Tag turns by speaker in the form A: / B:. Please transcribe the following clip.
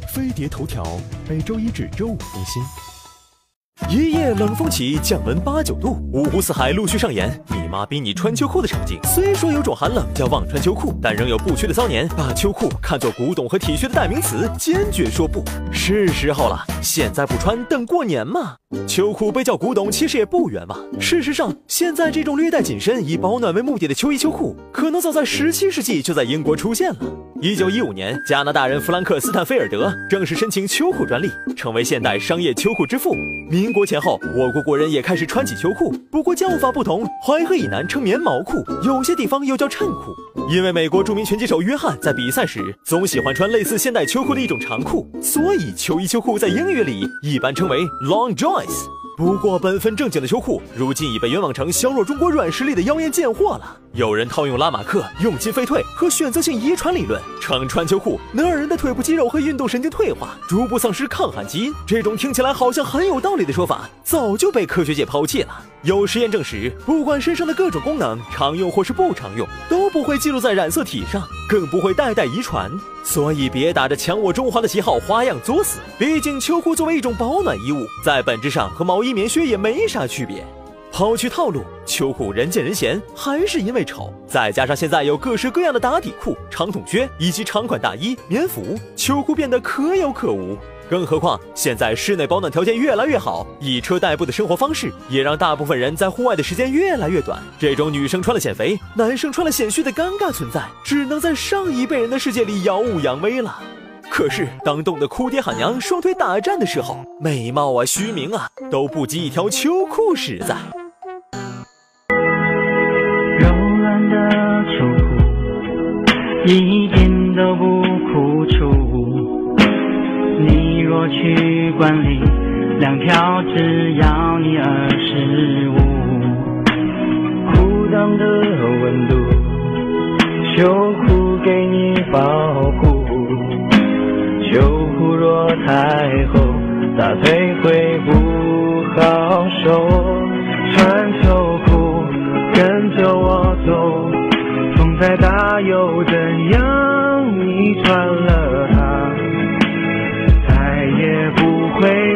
A: 飞碟头条每周一至周五更新。一夜冷风起，降温8、9度，五湖四海陆续上演你妈逼你穿秋裤的场景。虽说有种寒冷叫忘穿秋裤，但仍有不屈的骚年把秋裤看作古董和体恤的代名词，坚决说不是时候了。现在不穿，等过年嘛。秋裤被叫古董，其实也不冤枉。事实上，现在这种略带紧身、以保暖为目的的秋衣秋裤，可能早在17世纪就在英国出现了。1915年，加拿大人弗兰克·斯坦菲尔德正式申请秋裤专利，成为现代商业秋裤之父。民国前后，我国国人也开始穿起秋裤，不过叫法不同，淮河以南称棉毛裤，有些地方又叫衬裤。因为美国著名拳击手约翰在比赛时总喜欢穿类似现代秋裤的一种长裤，所以秋衣秋裤在英语里一般称为 long johns。不过本分正经的秋裤如今已被冤枉成削弱中国软实力的妖艳贱货了。有人套用拉马克用进废退和选择性遗传理论，称穿秋裤能让人的腿部肌肉和运动神经退化，逐步丧失抗寒基因。这种听起来好像很有道理的说法，早就被科学界抛弃了。有实验证实，不管身上的各种功能常用或是不常用，都不会记录在染色体上，更不会代代遗传。所以别打着强我中华的旗号花样作死。毕竟秋裤作为一种保暖衣物，在本质上和毛衣棉靴也没啥区别。抛去套路，秋裤人见人嫌，还是因为丑。再加上现在有各式各样的打底裤、长筒靴以及长款大衣、棉服，秋裤变得可有可无。更何况现在室内保暖条件越来越好，以车代步的生活方式也让大部分人在户外的时间越来越短。这种女生穿了显肥，男生穿了显虚的尴尬存在，只能在上一辈人的世界里耀武扬威了。可是当冻得哭爹喊娘、双腿打颤的时候，美貌啊、虚名啊都不及一条秋裤实在。
B: 柔软的秋裤一点都不酷楚，你若去管理2条只要你25，裤裆的温度，秋裤给你保护，秋裤若太厚，大腿会不好受。穿秋裤跟着我走，风再大又怎样？你穿了它，再也不会